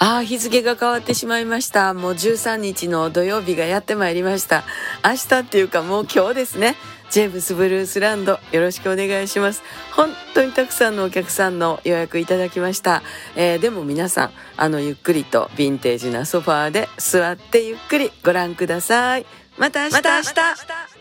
日付が変わってしまいました。もう13日の土曜日がやってまいりました。明日っていうかもう今日ですね。ジェームスブルースランド、よろしくお願いします。本当にたくさんのお客さんの予約いただきました。でも皆さんゆっくりとヴィンテージなソファーで座ってゆっくりご覧ください。また明日。